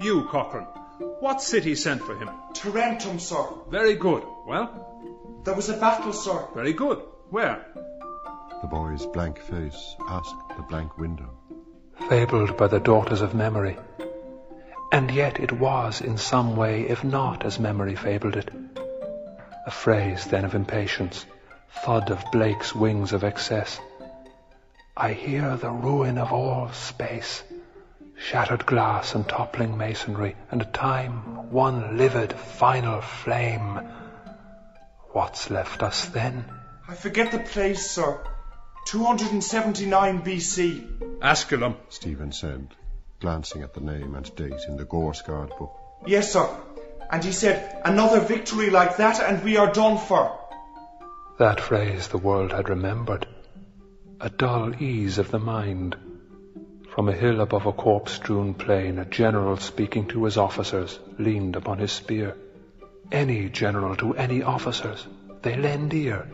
You, Cochrane. What city sent for him? Tarentum, sir. Very good. Well? There was a battle, sir. Very good. Where? The boy's blank face asked the blank window. Fabled by the daughters of memory. And yet it was in some way, if not as memory fabled it. A phrase then of impatience, thud of Blake's wings of excess. I hear the ruin of all space, shattered glass and toppling masonry, and time, one livid final flame. What's left us then? I forget the place, sir. 279 BC. Asculum, Stephen said, glancing at the name and date in the Goresguard book. Yes, sir. And he said, another victory like that and we are done for. That phrase the world had remembered. A dull ease of the mind. From a hill above a corpse-strewn plain, a general speaking to his officers leaned upon his spear. Any general to any officers, they lend ear.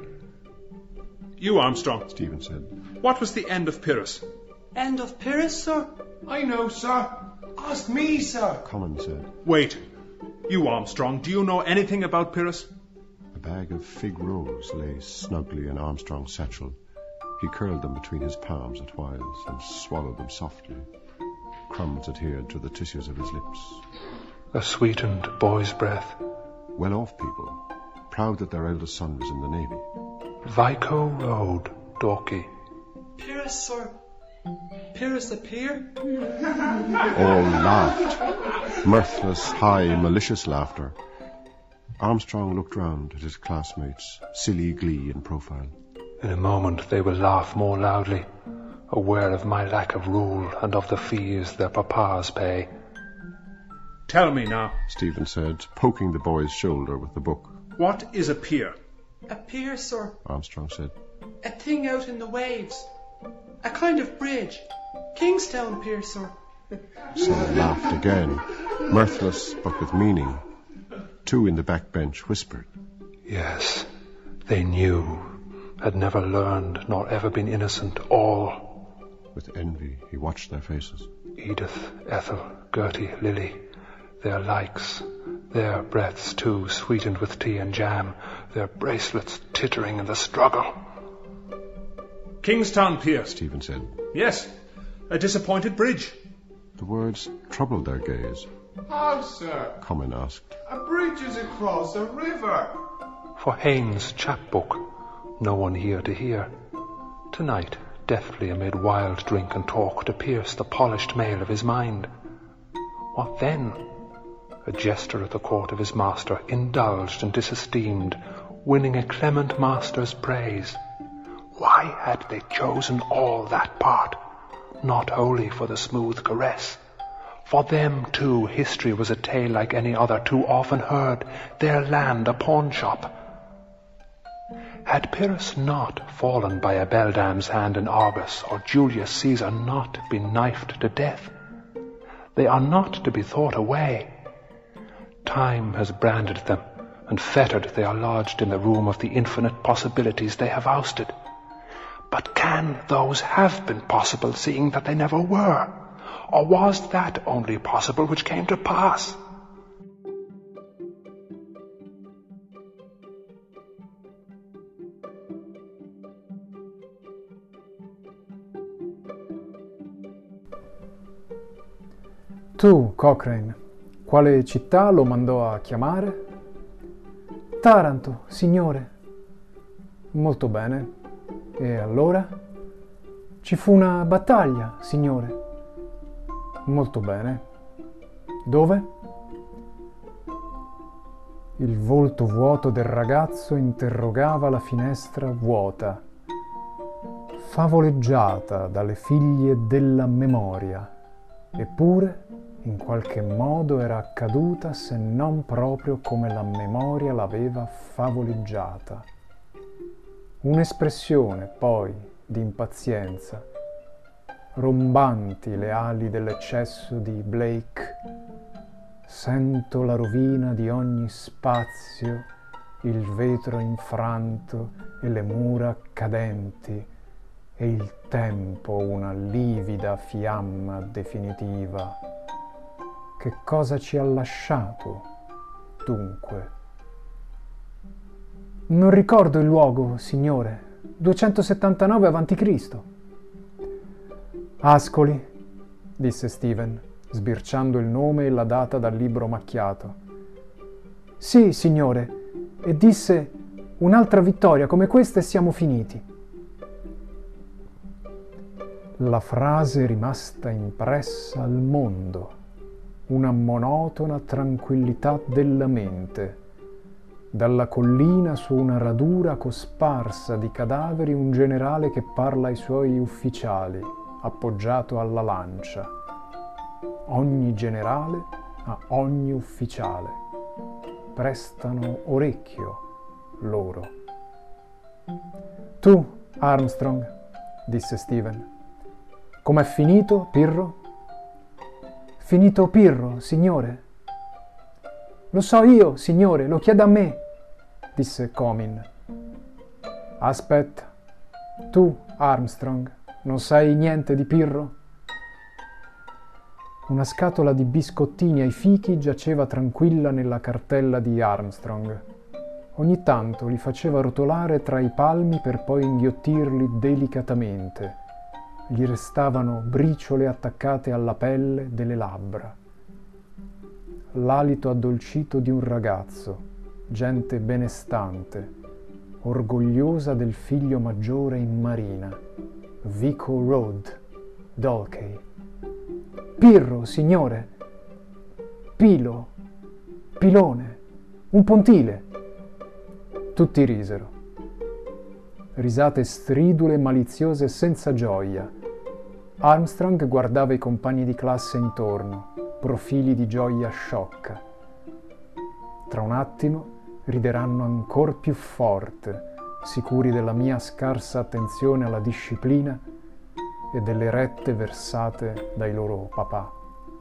You, Armstrong, Stephen said. What was the end of Pyrrhus? End of Pyrrhus, sir? I know, sir. Ask me, sir. Common said. Wait. You, Armstrong, do you know anything about Pyrrhus? A bag of fig rows lay snugly in Armstrong's satchel. He curled them between his palms at whiles and swallowed them softly. Crumbs adhered to the tissues of his lips. A sweetened boy's breath. Well-off people, proud that their eldest son was in the Navy. Vico Road, Dorky. Pyrrhus, sir. Pyrrhus the peer? All laughed. Mirthless, high, malicious laughter. Armstrong looked round at his classmates, silly glee in profile. In a moment they will laugh more loudly, aware of my lack of rule and of the fees their papas pay. Tell me now, Stephen said, poking the boy's shoulder with the book. What is a pier? A pier, sir. Armstrong said. A thing out in the waves. A kind of bridge. Kingstown Pier, sir. Some laughed again, mirthless but with meaning. Two in the back bench whispered. Yes, they knew, had never learned nor ever been innocent, all. With envy he watched their faces. Edith, Ethel, Gertie, Lily, their likes, their breaths too, sweetened with tea and jam, their bracelets tittering in the struggle. Kingstown Pier, Stephen said. Yes, a disappointed bridge. The words troubled their gaze. How, sir? Common asked. A bridge is across a river. For Haynes' chapbook, no one here to hear. Tonight, deftly amid wild drink and talk, to pierce the polished mail of his mind. What then? A jester at the court of his master, indulged and disesteemed, winning a clement master's praise. Why had they chosen all that part? Not wholly for the smooth caress. For them, too, history was a tale like any other, too often heard, their land a pawnshop. Had Pyrrhus not fallen by a beldame's hand in Argos, or Julius Caesar not been knifed to death? They are not to be thought away. Time has branded them, and fettered they are lodged in the room of the infinite possibilities they have ousted. But can those have been possible, seeing that they never were? Or was that only possible which came to pass? Tu, Cochrane, quale città lo mandò a chiamare? Taranto, signore. Molto bene. E allora? Ci fu una battaglia, signore. Molto bene. Dove? Il volto vuoto del ragazzo interrogava la finestra vuota, favoleggiata dalle figlie della memoria, eppure in qualche modo era accaduta, se non proprio come la memoria l'aveva favoleggiata. Un'espressione, poi, di impazienza, rombanti le ali dell'eccesso di Blake. Sento la rovina di ogni spazio, il vetro infranto e le mura cadenti, e il tempo una livida fiamma definitiva. Che cosa ci ha lasciato, dunque? Non ricordo il luogo, signore. 279 a.C. Ascoli, disse Steven, sbirciando il nome e la data dal libro macchiato. Sì, signore, e disse: un'altra vittoria come questa e siamo finiti. La frase è rimasta impressa al mondo, una monotona tranquillità della mente. Dalla collina su una radura cosparsa di cadaveri un generale che parla ai suoi ufficiali, appoggiato alla lancia. Ogni generale a ogni ufficiale. Prestano orecchio loro. Tu, Armstrong, disse Steven, com'è finito, Pirro? Finito Pirro, signore. Lo so io, signore, lo chieda a me, disse Comyn. Aspetta, tu, Armstrong, non sai niente di Pirro? Una scatola di biscottini ai fichi giaceva tranquilla nella cartella di Armstrong. Ogni tanto li faceva rotolare tra i palmi per poi inghiottirli delicatamente. Gli restavano briciole attaccate alla pelle delle labbra. L'alito addolcito di un ragazzo, gente benestante, orgogliosa del figlio maggiore in marina, Vico Road, Dalkey. Pirro, signore, pilo, pilone, un pontile. Tutti risero. Risate stridule, maliziose e senza gioia. Armstrong guardava i compagni di classe intorno, profili di gioia sciocca. Tra un attimo rideranno ancor più forte, sicuri della mia scarsa attenzione alla disciplina e delle rette versate dai loro papà.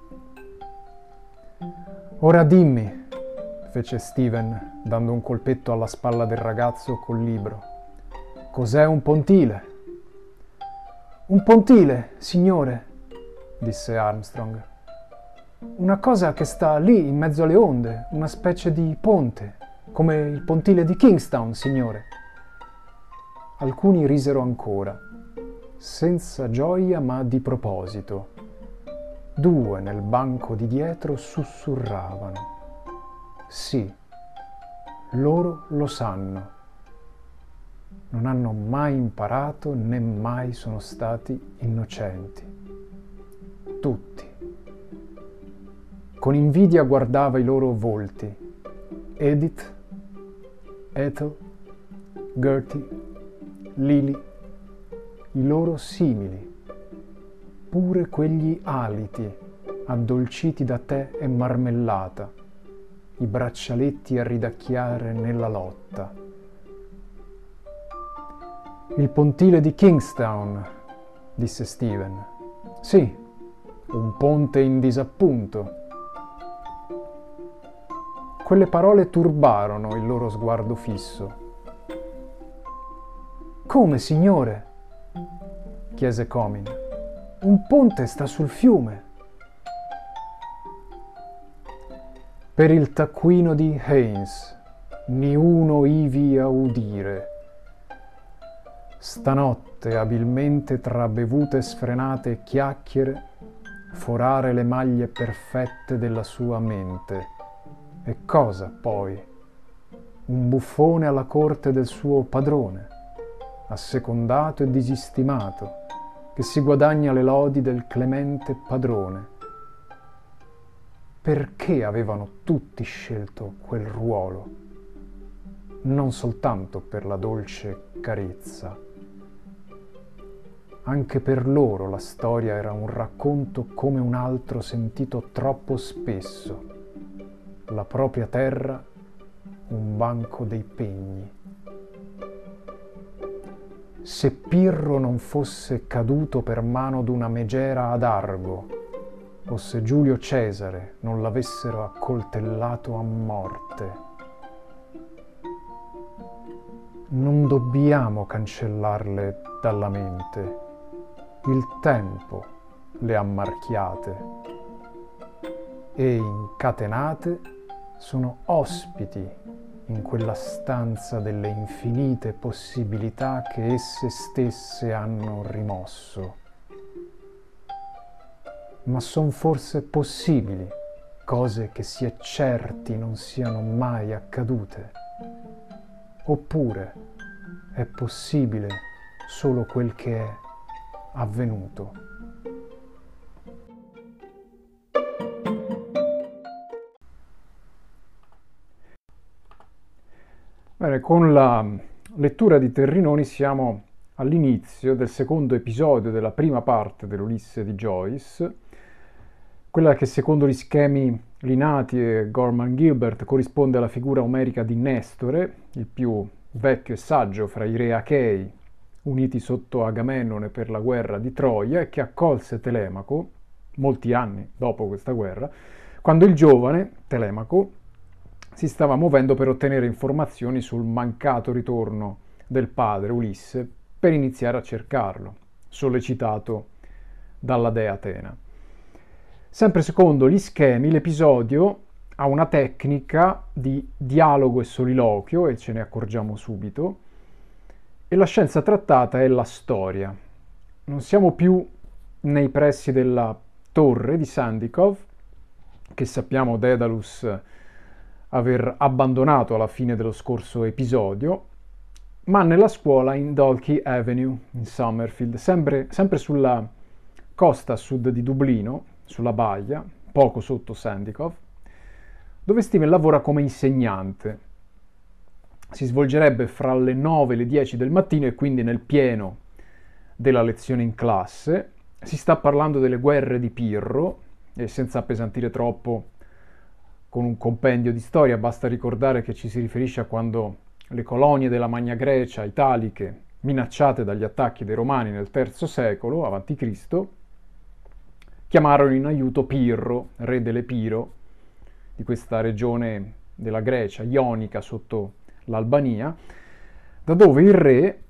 Ora dimmi, fece Steven, dando un colpetto alla spalla del ragazzo col libro, cos'è un pontile? Un pontile, signore, disse Armstrong. Una cosa che sta lì in mezzo alle onde, una specie di ponte, come il pontile di Kingstown, signore. Alcuni risero ancora, senza gioia ma di proposito. Due nel banco di dietro sussurravano. Sì, loro lo sanno. Non hanno mai imparato né mai sono stati innocenti. Tutti. Con invidia guardava i loro volti. Edith, Ethel, Gertie, Lily, i loro simili, pure quegli aliti addolciti da tè e marmellata, i braccialetti a ridacchiare nella lotta. Il pontile di Kingstown, disse Steven. Sì, un ponte in disappunto. Quelle parole turbarono il loro sguardo fisso. Come, signore? Chiese Comyn. Un ponte sta sul fiume. Per il taccuino di Haynes, niuno ivi a udire. Stanotte, abilmente tra bevute sfrenate e chiacchiere, forare le maglie perfette della sua mente. E cosa, poi? Un buffone alla corte del suo padrone, assecondato e disistimato, che si guadagna le lodi del clemente padrone. Perché avevano tutti scelto quel ruolo? Non soltanto per la dolce carezza. Anche per loro la storia era un racconto come un altro sentito troppo spesso. La propria terra, un banco dei pegni. Se Pirro non fosse caduto per mano d'una megera ad Argo, o se Giulio Cesare non l'avessero accoltellato a morte. Non dobbiamo cancellarle dalla mente. Il tempo le ha marchiate. e incatenate sono ospiti in quella stanza delle infinite possibilità che esse stesse hanno rimosso. Ma son forse possibili cose che si è certi non siano mai accadute? Oppure è possibile solo quel che è avvenuto? Bene, con la lettura di Terrinoni siamo all'inizio del secondo episodio della prima parte dell'Ulisse di Joyce, quella che secondo gli schemi Linati e Gorman Gilbert corrisponde alla figura omerica di Nestore, il più vecchio e saggio fra i re achei uniti sotto Agamennone per la guerra di Troia e che accolse Telemaco molti anni dopo questa guerra, quando il giovane Telemaco si stava muovendo per ottenere informazioni sul mancato ritorno del padre Ulisse per iniziare a cercarlo, sollecitato dalla dea Atena. Sempre secondo gli schemi, l'episodio ha una tecnica di dialogo e soliloquio, e ce ne accorgiamo subito, e la scienza trattata è la storia. Non siamo più nei pressi della torre di Sandikov, che sappiamo Daedalus aver abbandonato alla fine dello scorso episodio, ma nella scuola in Dalkey Avenue, in Summerfield, sempre sulla costa a sud di Dublino, sulla baia, poco sotto Sandikov, dove Steven lavora come insegnante. Si svolgerebbe fra le 9 e le 10 del mattino e quindi nel pieno della lezione in classe. Si sta parlando delle guerre di Pirro e senza appesantire troppo con un compendio di storia, basta ricordare che ci si riferisce a quando le colonie della Magna Grecia italiche, minacciate dagli attacchi dei Romani nel III secolo a.C., chiamarono in aiuto Pirro, re dell'Epiro, di questa regione della Grecia ionica sotto l'Albania, da dove il re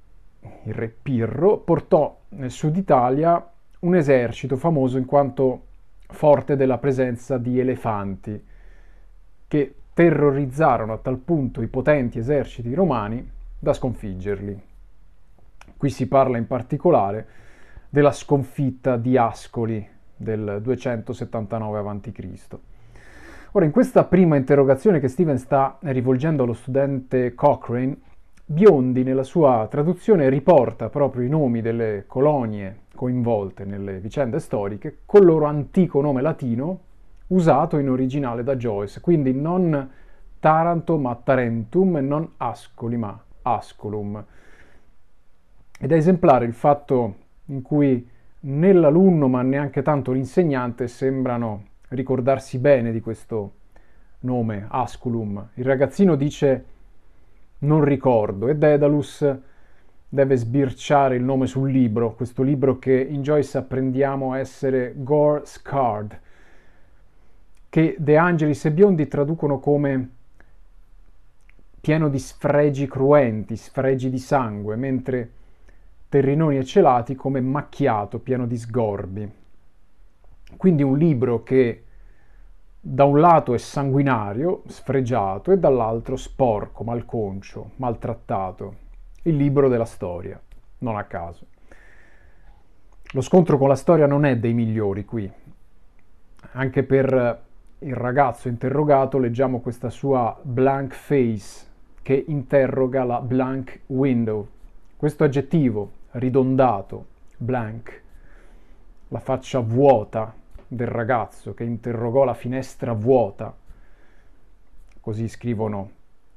Pirro, portò nel sud Italia un esercito famoso in quanto forte della presenza di elefanti, che terrorizzarono a tal punto i potenti eserciti romani da sconfiggerli. Qui si parla in particolare della sconfitta di Ascoli del 279 a.C. Ora, in questa prima interrogazione che Steven sta rivolgendo allo studente Cochrane, Biondi nella sua traduzione riporta proprio i nomi delle colonie coinvolte nelle vicende storiche col loro antico nome latino usato in originale da Joyce, quindi non Taranto ma Tarentum e non Ascoli ma Ascolum. Ed è esemplare il fatto in cui né l'alunno ma neanche tanto l'insegnante sembrano ricordarsi bene di questo nome, Asculum. Il ragazzino dice non ricordo e Daedalus deve sbirciare il nome sul libro, questo libro che in Joyce apprendiamo essere Gore Scarred, che De Angelis e Biondi traducono come pieno di sfregi cruenti, sfregi di sangue, mentre Terrinoni e Celati come macchiato, pieno di sgorbi. Quindi un libro che da un lato è sanguinario, sfregiato, e dall'altro sporco, malconcio, maltrattato. Il libro della storia, non a caso. Lo scontro con la storia non è dei migliori qui. Anche per il ragazzo interrogato leggiamo questa sua blank face che interroga la blank window. Questo aggettivo ridondato, blank, la faccia vuota del ragazzo che interrogò la finestra vuota. Così scrivono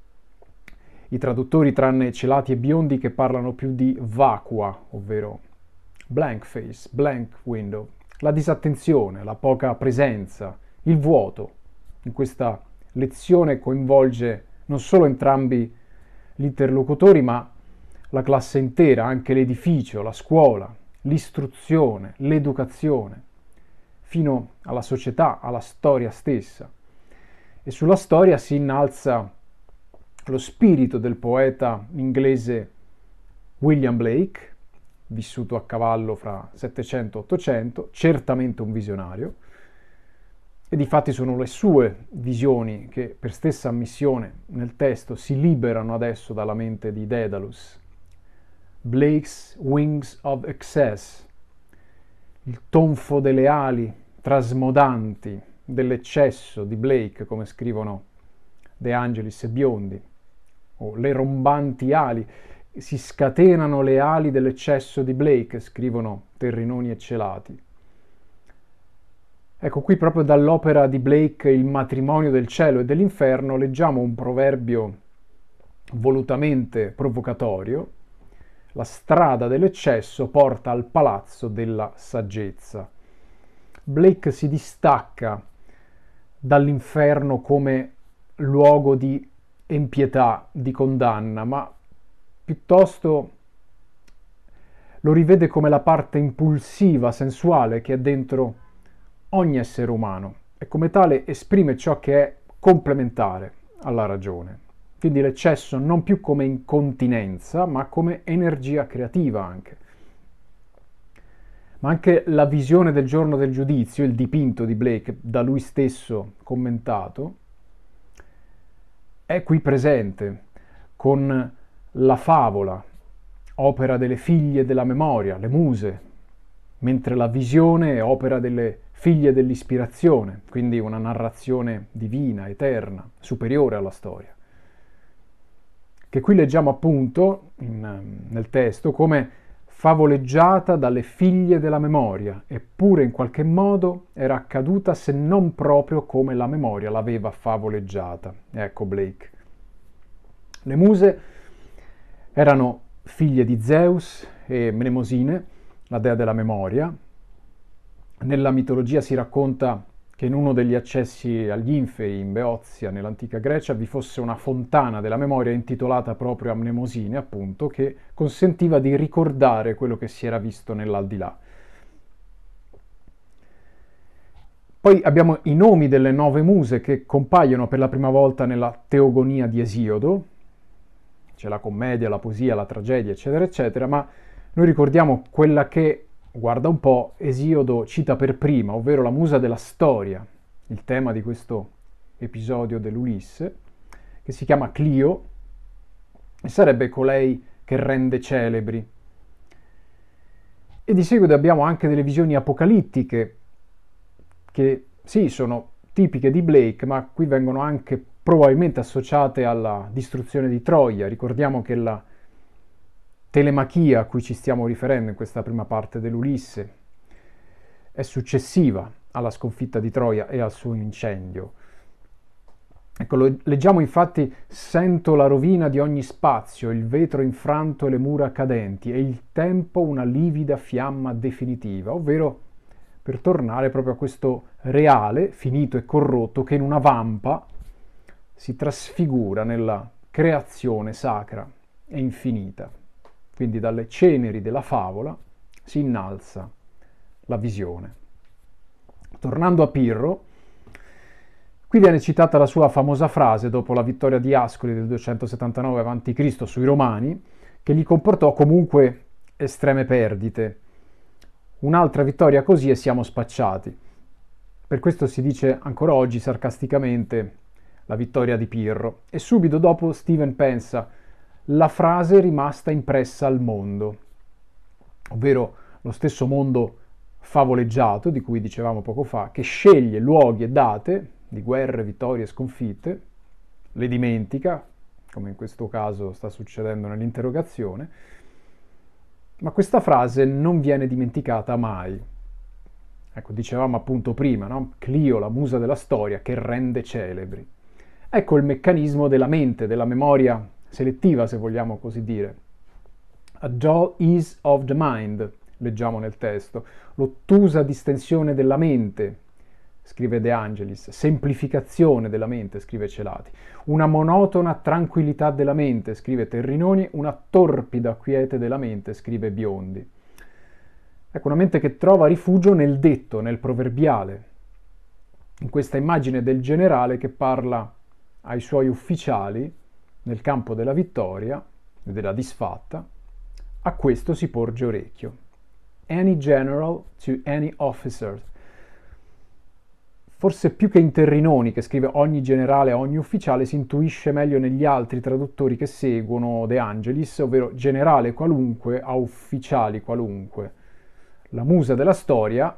i traduttori, tranne Celati e Biondi, che parlano più di vacua, ovvero blank face, blank window. La disattenzione, la poca presenza, il vuoto. In questa lezione coinvolge non solo entrambi gli interlocutori, ma la classe intera, anche l'edificio, la scuola, l'istruzione, l'educazione, fino alla società, alla storia stessa. E sulla storia si innalza lo spirito del poeta inglese William Blake, vissuto a cavallo fra 700 e 800, certamente un visionario, E difatti sono le sue visioni che, per stessa ammissione nel testo, si liberano adesso dalla mente di Daedalus. Blake's Wings of Excess, il tonfo delle ali trasmodanti dell'eccesso di Blake, come scrivono De Angelis e Biondi, o le rombanti ali, si scatenano le ali dell'eccesso di Blake, scrivono Terrinoni e Celati. Ecco, qui proprio dall'opera di Blake Il matrimonio del cielo e dell'inferno leggiamo un proverbio volutamente provocatorio: la strada dell'eccesso porta al palazzo della saggezza. Blake si distacca dall'inferno come luogo di empietà, di condanna, ma piuttosto lo rivede come la parte impulsiva, sensuale che è dentro ogni essere umano e come tale esprime ciò che è complementare alla ragione. Quindi l'eccesso non più come incontinenza, ma come energia creativa anche. Ma anche la visione del giorno del giudizio, il dipinto di Blake, da lui stesso commentato, è qui presente con la favola, opera delle figlie della memoria, le muse, mentre la visione è opera delle figlie dell'ispirazione, quindi una narrazione divina, eterna, superiore alla storia, che qui leggiamo appunto nel testo come favoleggiata dalle figlie della memoria, eppure in qualche modo era accaduta se non proprio come la memoria l'aveva favoleggiata. Ecco Blake. Le muse erano figlie di Zeus e Mnemosine, la dea della memoria. Nella mitologia si racconta che in uno degli accessi agli inferi in Beozia, nell'antica Grecia, vi fosse una fontana della memoria intitolata proprio a Mnemosine, appunto, che consentiva di ricordare quello che si era visto nell'aldilà. Poi abbiamo i nomi delle 9 muse che compaiono per la prima volta nella Teogonia di Esiodo. C'è la commedia, la poesia, la tragedia, eccetera, eccetera, ma noi ricordiamo quella che, guarda un po', Esiodo cita per prima, ovvero la musa della storia, il tema di questo episodio dell'Ulisse, che si chiama Clio, e sarebbe colei che rende celebri. E di seguito abbiamo anche delle visioni apocalittiche, che sì, sono tipiche di Blake, ma qui vengono anche probabilmente associate alla distruzione di Troia. Ricordiamo che la telemachia a cui ci stiamo riferendo in questa prima parte dell'Ulisse è successiva alla sconfitta di Troia e al suo incendio. Ecco, leggiamo infatti: sento la rovina di ogni spazio, il vetro infranto e le mura cadenti, e il tempo una livida fiamma definitiva, ovvero per tornare proprio a questo reale, finito e corrotto, che in una vampa si trasfigura nella creazione sacra e infinita. Quindi dalle ceneri della favola si innalza la visione. Tornando a Pirro, qui viene citata la sua famosa frase dopo la vittoria di Ascoli del 279 a.C. sui Romani, che gli comportò comunque estreme perdite. Un'altra vittoria così e siamo spacciati. Per questo si dice ancora oggi sarcasticamente la vittoria di Pirro. E subito dopo Steven pensa: la frase è rimasta impressa al mondo, ovvero lo stesso mondo favoleggiato di cui dicevamo poco fa, che sceglie luoghi e date di guerre, vittorie e sconfitte, le dimentica, come in questo caso sta succedendo nell'interrogazione, ma questa frase non viene dimenticata mai. Ecco, dicevamo appunto prima, no? Clio, la musa della storia, che rende celebri. Ecco il meccanismo della mente, della memoria selettiva, se vogliamo così dire. A dull ease of the mind, leggiamo nel testo, l'ottusa distensione della mente, scrive De Angelis, semplificazione della mente, scrive Celati, una monotona tranquillità della mente, scrive Terrinoni, una torpida quiete della mente, scrive Biondi. Ecco, una mente che trova rifugio nel detto, nel proverbiale, in questa immagine del generale che parla ai suoi ufficiali nel campo della vittoria e della disfatta. A questo si porge orecchio. Any general to any officer. forse più che in Terrinoni, che scrive ogni generale, ogni ufficiale, si intuisce meglio negli altri traduttori che seguono De Angelis, ovvero generale qualunque a ufficiali qualunque. La musa della storia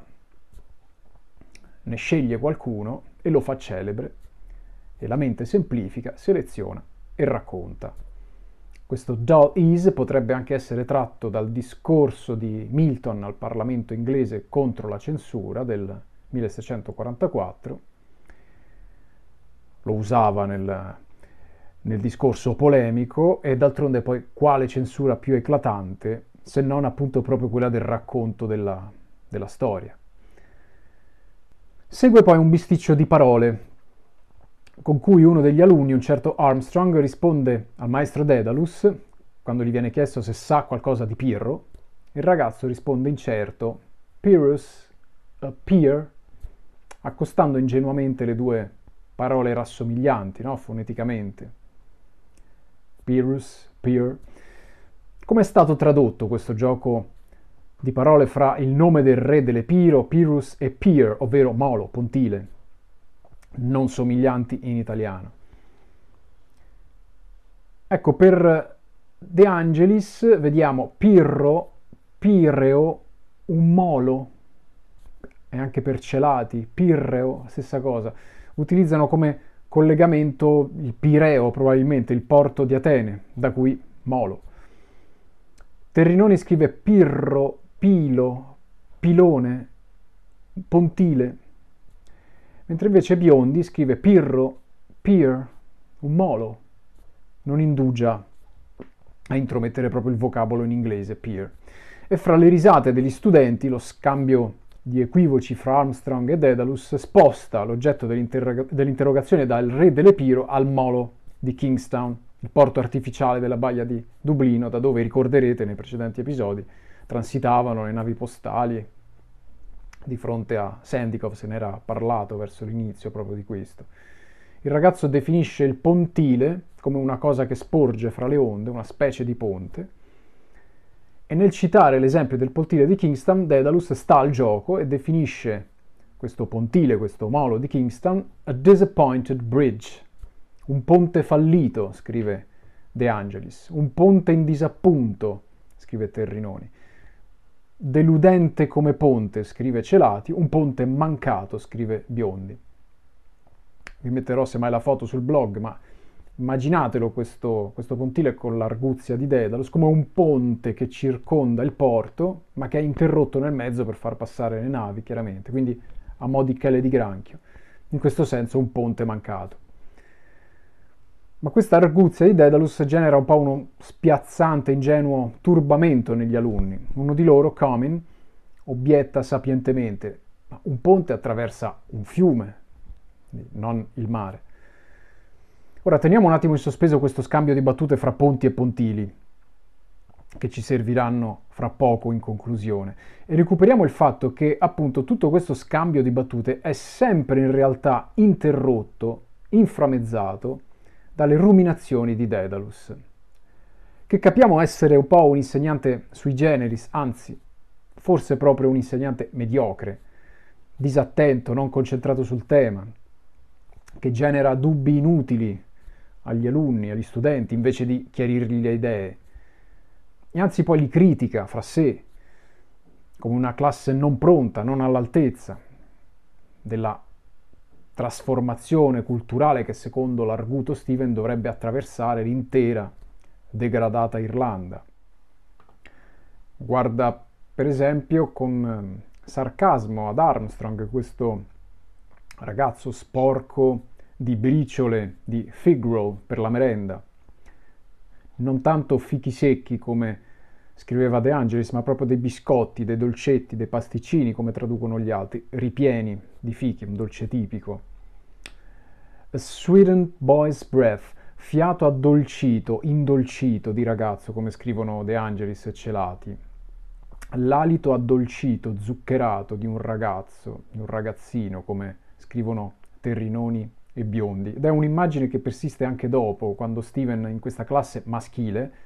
ne sceglie qualcuno e lo fa celebre, e la mente semplifica, seleziona e racconta. Questo dull ease potrebbe anche essere tratto dal discorso di Milton al Parlamento inglese contro la censura del 1644. Lo usava nel discorso polemico, e d'altronde poi quale censura più eclatante se non appunto proprio quella del racconto della storia. Segue poi un bisticcio di parole con cui uno degli alunni, un certo Armstrong, risponde al maestro Daedalus quando gli viene chiesto se sa qualcosa di Pirro. Il ragazzo risponde incerto: Pyrrhus, Peer, accostando ingenuamente le due parole rassomiglianti, no? Foneticamente. Pyrrhus, Peer. Come è stato tradotto questo gioco di parole fra il nome del re dell'Epiro, Pyrrhus, e Peer, ovvero molo, pontile, non somiglianti in italiano? Ecco, per De Angelis vediamo Pirro, Pirreo, un molo, e anche per Celati, Pirreo, stessa cosa. Utilizzano come collegamento il Pireo, probabilmente il porto di Atene, da cui molo. Terrinoni scrive Pirro, Pilo, Pilone, Pontile, mentre invece Biondi scrive Pirro, Pier, un molo. Non indugia a intromettere proprio il vocabolo in inglese, Pier. E fra le risate degli studenti, lo scambio di equivoci fra Armstrong e Daedalus sposta l'oggetto dell'interrogazione dal re dell'Epiro al molo di Kingstown, il porto artificiale della baia di Dublino, da dove, ricorderete nei precedenti episodi, transitavano le navi postali. Di fronte a Sandikov se n'era parlato verso l'inizio proprio di questo. Il ragazzo definisce il pontile come una cosa che sporge fra le onde, una specie di ponte, e nel citare l'esempio del pontile di Kingstown, Daedalus sta al gioco e definisce questo pontile, questo molo di Kingstown, a disappointed bridge, un ponte fallito, scrive De Angelis, un ponte in disappunto, scrive Terrinoni, deludente come ponte, scrive Celati, un ponte mancato, scrive Biondi. Vi metterò semmai la foto sul blog, ma immaginatelo questo pontile con l'arguzia di Daedalus come un ponte che circonda il porto, ma che è interrotto nel mezzo per far passare le navi, chiaramente, quindi a mo' di chele di granchio. In questo senso un ponte mancato. Ma questa arguzia di Daedalus genera un po' uno spiazzante, ingenuo turbamento negli alunni. Uno di loro, Comin, obietta sapientemente: ma un ponte attraversa un fiume, non il mare. Ora teniamo un attimo in sospeso questo scambio di battute fra ponti e pontili, che ci serviranno fra poco in conclusione, e recuperiamo il fatto che appunto tutto questo scambio di battute è sempre in realtà interrotto, inframezzato dalle ruminazioni di Daedalus, che capiamo essere un po' un insegnante sui generis, anzi forse proprio un insegnante mediocre, disattento, non concentrato sul tema, che genera dubbi inutili agli alunni, agli studenti, invece di chiarirgli le idee, e anzi poi li critica fra sé come una classe non pronta, non all'altezza della trasformazione culturale che secondo l'Arguto Steven dovrebbe attraversare l'intera degradata Irlanda. Guarda per esempio con sarcasmo ad Armstrong, questo ragazzo sporco di briciole di fig roll per la merenda, non tanto fichi secchi come scriveva De Angelis, ma proprio dei biscotti, dei dolcetti, dei pasticcini, come traducono gli altri, ripieni di fichi, un dolce tipico. A sweetened boy's breath, fiato addolcito, indolcito di ragazzo, come scrivono De Angelis e Celati. L'alito addolcito, zuccherato di un ragazzo, di un ragazzino, come scrivono Terrinoni e Biondi. Ed è un'immagine che persiste anche dopo, quando Steven in questa classe maschile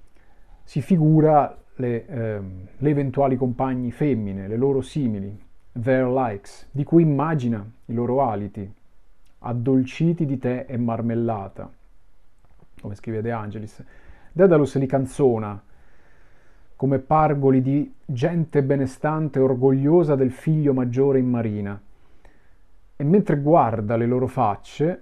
si figura le eventuali compagni femmine, le loro simili, their likes, di cui immagina i loro aliti, addolciti di tè e marmellata, come scrive De Angelis. Daedalus li canzona come pargoli di gente benestante e orgogliosa del figlio maggiore in marina, e mentre guarda le loro facce,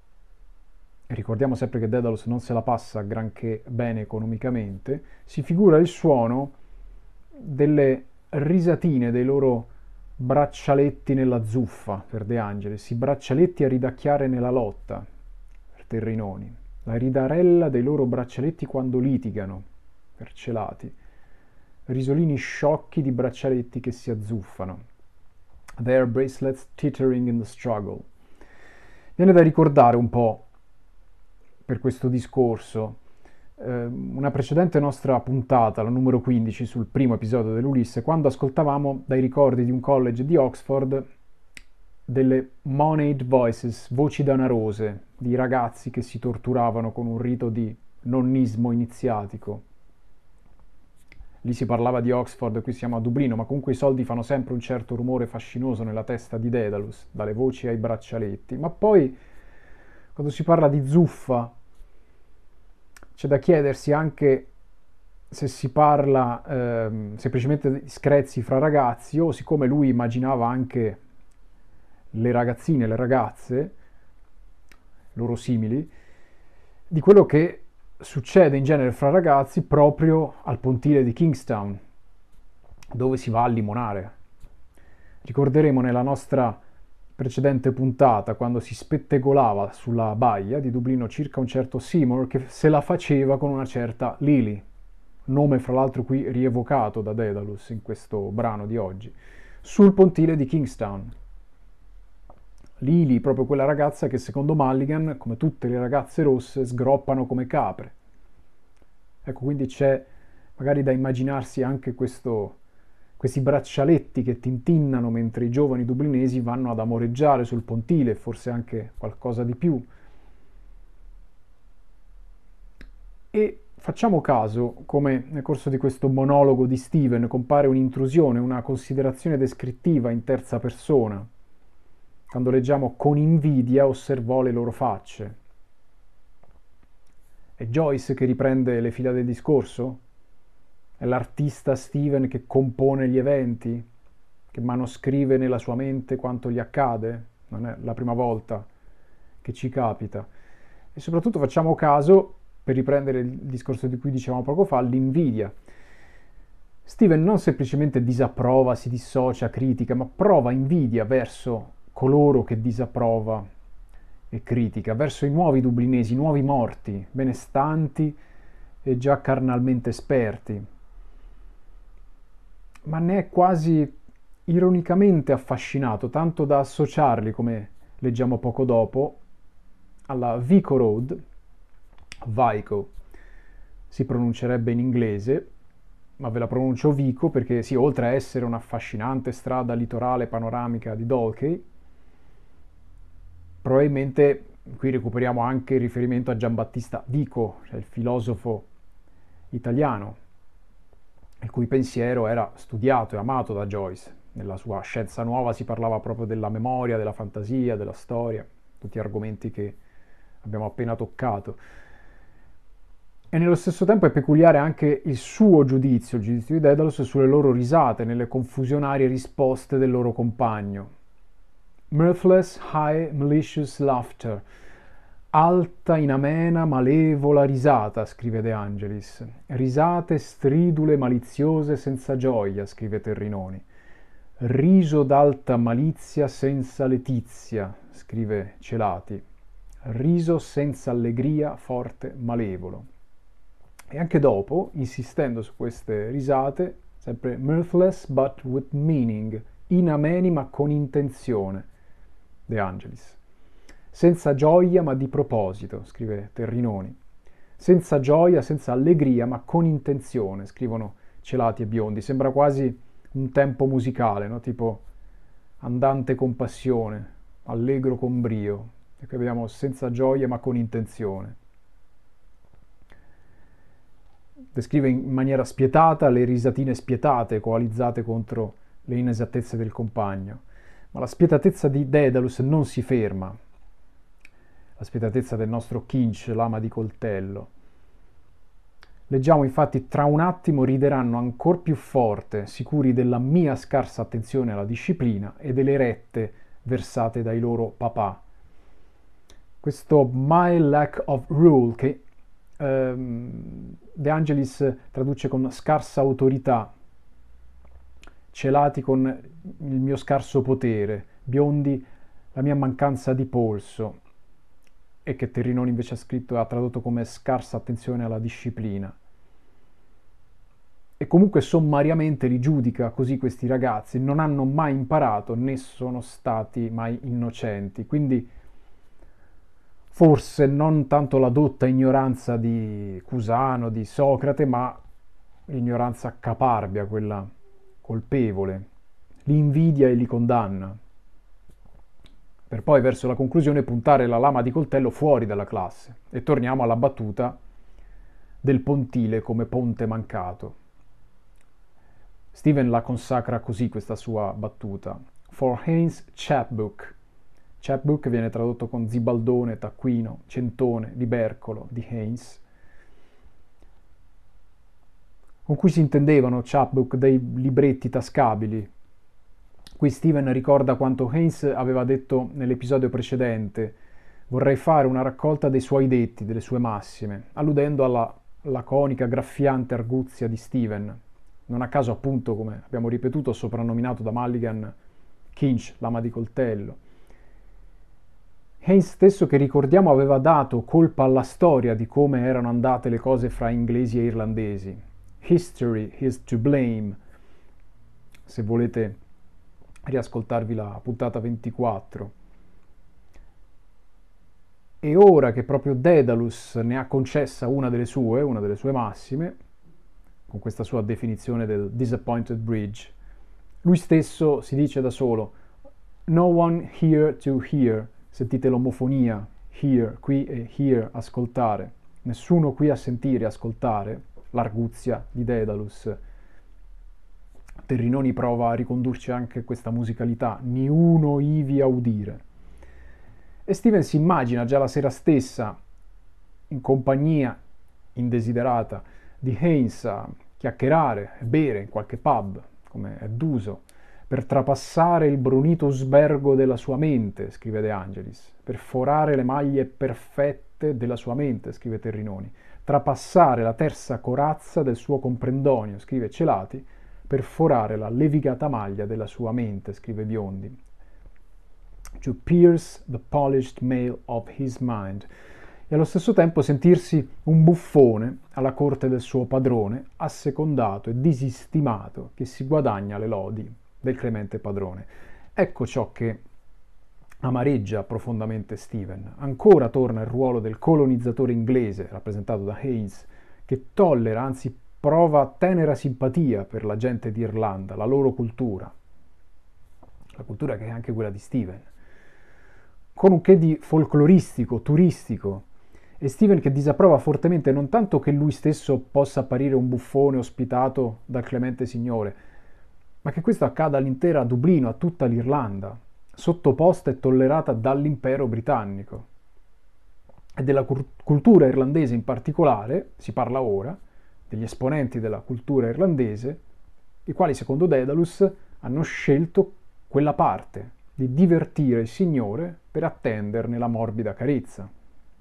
e ricordiamo sempre che Daedalus non se la passa granché bene economicamente, si figura il suono delle risatine dei loro braccialetti nella zuffa per De Angelis, i braccialetti a ridacchiare nella lotta per Terrinoni, la ridarella dei loro braccialetti quando litigano per Celati, risolini sciocchi di braccialetti che si azzuffano, their bracelets tittering in the struggle. Viene da ricordare un po' per questo discorso una precedente nostra puntata, la numero 15, sul primo episodio dell'Ulisse, quando ascoltavamo dai ricordi di un college di Oxford delle moneyed voices, voci danarose, di ragazzi che si torturavano con un rito di nonnismo iniziatico. Lì si parlava di Oxford, qui siamo a Dublino, ma comunque i soldi fanno sempre un certo rumore fascinoso nella testa di Daedalus, dalle voci ai braccialetti. Ma poi, quando si parla di zuffa, c'è da chiedersi anche se si parla semplicemente di screzi fra ragazzi o, siccome lui immaginava anche le ragazzine, le ragazze, loro simili, di quello che succede in genere fra ragazzi proprio al pontile di Kingstown, dove si va a limonare. Ricorderemo nella nostra precedente puntata quando si spettegolava sulla baia di Dublino circa un certo Seymour che se la faceva con una certa Lily, nome fra l'altro qui rievocato da Daedalus in questo brano di oggi, sul pontile di Kingstown. Lily, proprio quella ragazza che secondo Mulligan, come tutte le ragazze rosse, sgroppano come capre. Ecco, quindi c'è magari da immaginarsi anche questi braccialetti che tintinnano mentre i giovani dublinesi vanno ad amoreggiare sul pontile, forse anche qualcosa di più. E facciamo caso, come nel corso di questo monologo di Steven compare un'intrusione, una considerazione descrittiva in terza persona, quando leggiamo con invidia osservò le loro facce. È Joyce che riprende le fila del discorso? È l'artista Steven che compone gli eventi, che manoscrive nella sua mente quanto gli accade? Non è la prima volta che ci capita. E soprattutto facciamo caso, per riprendere il discorso di cui dicevamo poco fa, l'invidia. Steven non semplicemente disapprova, si dissocia, critica, ma prova invidia verso coloro che disapprova e critica, verso i nuovi dublinesi, i nuovi morti, benestanti e già carnalmente esperti. Ma ne è quasi ironicamente affascinato, tanto da associarli, come leggiamo poco dopo, alla Vico Road, Vico, si pronuncerebbe in inglese, ma ve la pronuncio Vico perché sì, oltre a essere un'affascinante strada litorale panoramica di Dalkey, probabilmente qui recuperiamo anche il riferimento a Giambattista Vico, cioè il filosofo italiano, il cui pensiero era studiato e amato da Joyce. Nella sua Scienza Nuova si parlava proprio della memoria, della fantasia, della storia, tutti argomenti che abbiamo appena toccato. E nello stesso tempo è peculiare anche il suo giudizio, il giudizio di Daedalus, sulle loro risate, nelle confusionarie risposte del loro compagno. Mirthless, high, malicious laughter. Alta, inamena, malevola risata, scrive De Angelis. Risate stridule, maliziose, senza gioia, scrive Terrinoni. Riso d'alta malizia senza letizia, scrive Celati. Riso senza allegria, forte, malevolo. E anche dopo, insistendo su queste risate, sempre mirthless but with meaning, inameni ma con intenzione, De Angelis. Senza gioia ma di proposito, scrive Terrinoni. Senza gioia, senza allegria ma con intenzione, scrivono Celati e Biondi. Sembra quasi un tempo musicale, no? Tipo andante con passione, allegro con brio. E qui vediamo senza gioia ma con intenzione. Descrive in maniera spietata le risatine spietate coalizzate contro le inesattezze del compagno, ma la spietatezza di Daedalus non si ferma. La spietatezza del nostro Kinch, lama di coltello. Leggiamo infatti: tra un attimo rideranno ancor più forte, sicuri della mia scarsa attenzione alla disciplina e delle rette versate dai loro papà. Questo my lack of rule, che De Angelis traduce con scarsa autorità, celati con il mio scarso potere, biondi la mia mancanza di polso, e che Terrinoni invece ha tradotto come scarsa attenzione alla disciplina. E comunque sommariamente li giudica così questi ragazzi: non hanno mai imparato né sono stati mai innocenti. Quindi forse non tanto la dotta ignoranza di Cusano, di Socrate, ma l'ignoranza caparbia, quella colpevole, li invidia e li condanna, per poi verso la conclusione puntare la lama di coltello fuori dalla classe. E torniamo alla battuta del pontile come ponte mancato. Steven la consacra così, questa sua battuta: For Haynes chapbook. Chapbook viene tradotto con zibaldone, taccuino, centone, libercolo di Haynes, con cui si intendevano chapbook dei libretti tascabili. Qui Steven ricorda quanto Haynes aveva detto nell'episodio precedente: vorrei fare una raccolta dei suoi detti, delle sue massime, alludendo alla laconica, graffiante arguzia di Steven. Non a caso, appunto, come abbiamo ripetuto, soprannominato da Mulligan Kinch, lama di coltello. Haynes stesso, che ricordiamo aveva dato colpa alla storia di come erano andate le cose fra inglesi e irlandesi. History is to blame. Se volete riascoltarvi la puntata 24. E ora che proprio Daedalus ne ha concessa una delle sue massime, con questa sua definizione del disappointed bridge, lui stesso si dice da solo: no one here to hear. Sentite l'omofonia, hear, qui, e hear, ascoltare. Nessuno qui a sentire, ascoltare, l'arguzia di Daedalus. Terrinoni prova a ricondurci anche questa musicalità: ni uno ivi a udire. E Steven si immagina già la sera stessa, in compagnia indesiderata di Haynes, a chiacchierare e bere in qualche pub, come è d'uso, per trapassare il brunito usbergo della sua mente, scrive De Angelis, per forare le maglie perfette della sua mente, scrive Terrinoni, trapassare la terza corazza del suo comprendonio, scrive Celati, per forare la levigata maglia della sua mente, scrive Biondi. To pierce the polished mail of his mind. E allo stesso tempo sentirsi un buffone alla corte del suo padrone, assecondato e disistimato, che si guadagna le lodi del clemente padrone. Ecco ciò che amareggia profondamente Steven. Ancora torna il ruolo del colonizzatore inglese, rappresentato da Haynes, che tollera, anzi prova tenera simpatia per la gente d'Irlanda, la loro cultura, la cultura che è anche quella di Steven, con un che di folcloristico, turistico, e Steven che disapprova fortemente non tanto che lui stesso possa apparire un buffone ospitato dal clemente signore, ma che questo accada all'intera Dublino, a tutta l'Irlanda, sottoposta e tollerata dall'impero britannico. E della cultura irlandese in particolare si parla ora, degli esponenti della cultura irlandese, i quali secondo Daedalus hanno scelto quella parte di divertire il Signore per attenderne la morbida carezza.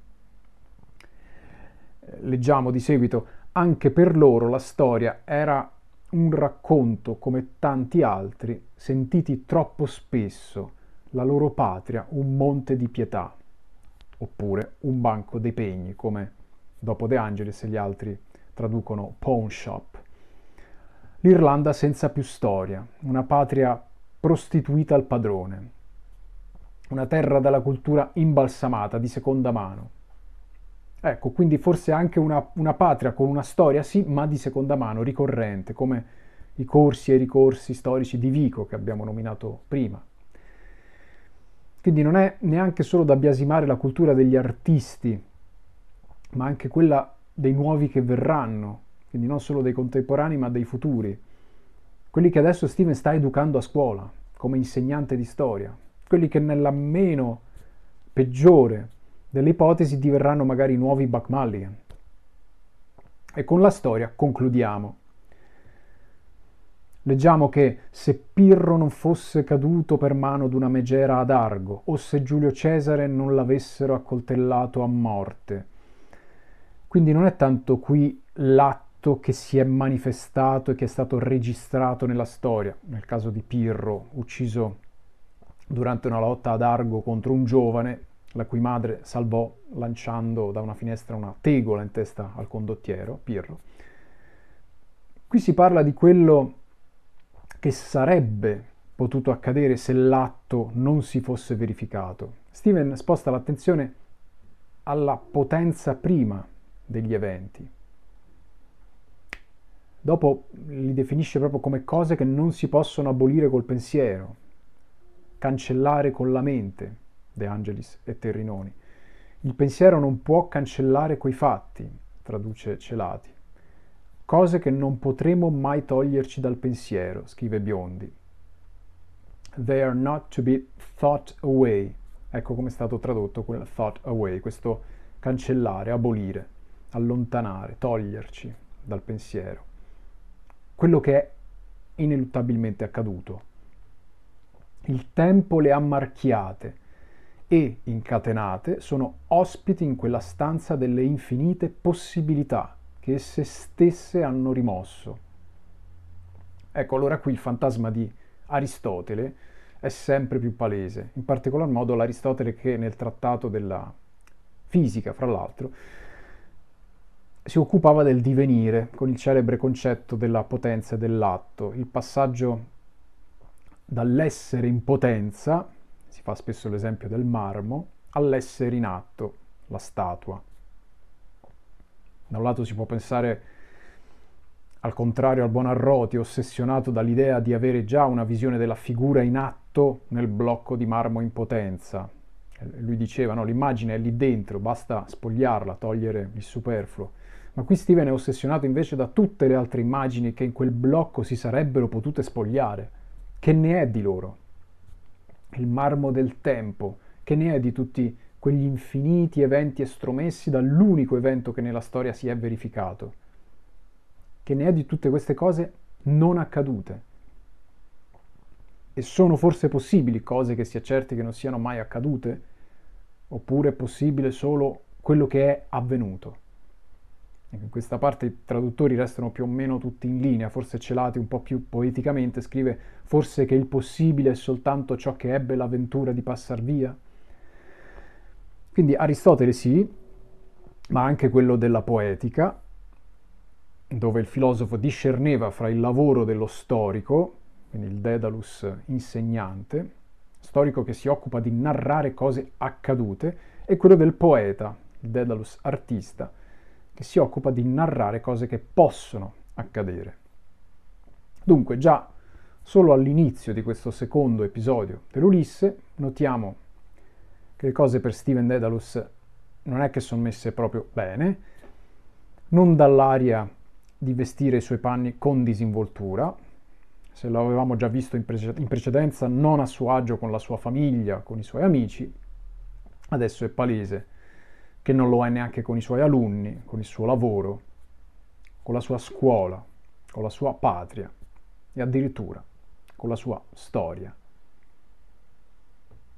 Leggiamo di seguito: anche per loro la storia era un racconto come tanti altri, sentiti troppo spesso, la loro patria un monte di pietà, oppure un banco dei pegni, come dopo De Angelis e gli altri traducono pawn shop. L'Irlanda senza più storia, una patria prostituita al padrone, una terra dalla cultura imbalsamata, di seconda mano. Ecco, quindi forse anche una patria con una storia, sì, ma di seconda mano, ricorrente, come i corsi e i ricorsi storici di Vico che abbiamo nominato prima. Quindi non è neanche solo da biasimare la cultura degli artisti, ma anche quella dei nuovi che verranno, quindi non solo dei contemporanei ma dei futuri. quelli che adesso Steven sta educando a scuola come insegnante di storia, quelli che nella meno peggiore delle ipotesi diverranno magari i nuovi Buck Mulligan. E con la storia concludiamo. Leggiamo che se Pirro non fosse caduto per mano d'una megera ad Argo, o se Giulio Cesare non l'avessero accoltellato a morte. Quindi non è tanto qui l'atto che si è manifestato e che è stato registrato nella storia, nel caso di Pirro, ucciso durante una lotta ad Argo contro un giovane, la cui madre salvò lanciando da una finestra una tegola in testa al condottiero, Pirro. Qui si parla di quello che sarebbe potuto accadere se l'atto non si fosse verificato. Steven sposta l'attenzione alla potenza prima degli eventi. Dopo li definisce proprio come cose che non si possono abolire col pensiero, cancellare con la mente, De Angelis e Terrinoni. Il pensiero non può cancellare quei fatti, traduce Celati. Cose che non potremo mai toglierci dal pensiero, scrive Biondi. They are not to be thought away. Ecco come è stato tradotto quel thought away, questo cancellare, abolire, allontanare, toglierci dal pensiero. Quello che è ineluttabilmente accaduto. Il tempo le ha marchiate e, incatenate, sono ospiti in quella stanza delle infinite possibilità che esse stesse hanno rimosso. Ecco, allora qui il fantasma di Aristotele è sempre più palese, in particolar modo l'Aristotele che nel trattato della fisica, fra l'altro, si occupava del divenire, con il celebre concetto della potenza e dell'atto, il passaggio dall'essere in potenza, si fa spesso l'esempio del marmo, all'essere in atto, la statua. Da un lato si può pensare, al contrario, al Buonarroti, ossessionato dall'idea di avere già una visione della figura in atto nel blocco di marmo in potenza. Lui diceva, no, l'immagine è lì dentro, basta spogliarla, togliere il superfluo. Ma qui Steven è ossessionato invece da tutte le altre immagini che in quel blocco si sarebbero potute spogliare. Che ne è di loro? Il marmo del tempo, che ne è di tutti quegli infiniti eventi estromessi dall'unico evento che nella storia si è verificato? Che ne è di tutte queste cose non accadute? E sono forse possibili cose che si è certi che non siano mai accadute? Oppure è possibile solo quello che è avvenuto? In questa parte i traduttori restano più o meno tutti in linea, forse Celati un po' più poeticamente scrive forse che il possibile è soltanto ciò che ebbe l'avventura di passar via. Quindi Aristotele sì, ma anche quello della poetica, dove il filosofo discerneva fra il lavoro dello storico, quindi il Daedalus insegnante, storico che si occupa di narrare cose accadute, e quello del poeta, il Daedalus artista, che si occupa di narrare cose che possono accadere. Dunque, già solo all'inizio di questo secondo episodio dell'Ulisse, notiamo che le cose per Steven Daedalus non è che sono messe proprio bene, non dall'aria di vestire i suoi panni con disinvoltura, se lo avevamo già visto in precedenza, non a suo agio con la sua famiglia, con i suoi amici, adesso è palese che non lo è neanche con i suoi alunni, con il suo lavoro, con la sua scuola, con la sua patria e addirittura con la sua storia.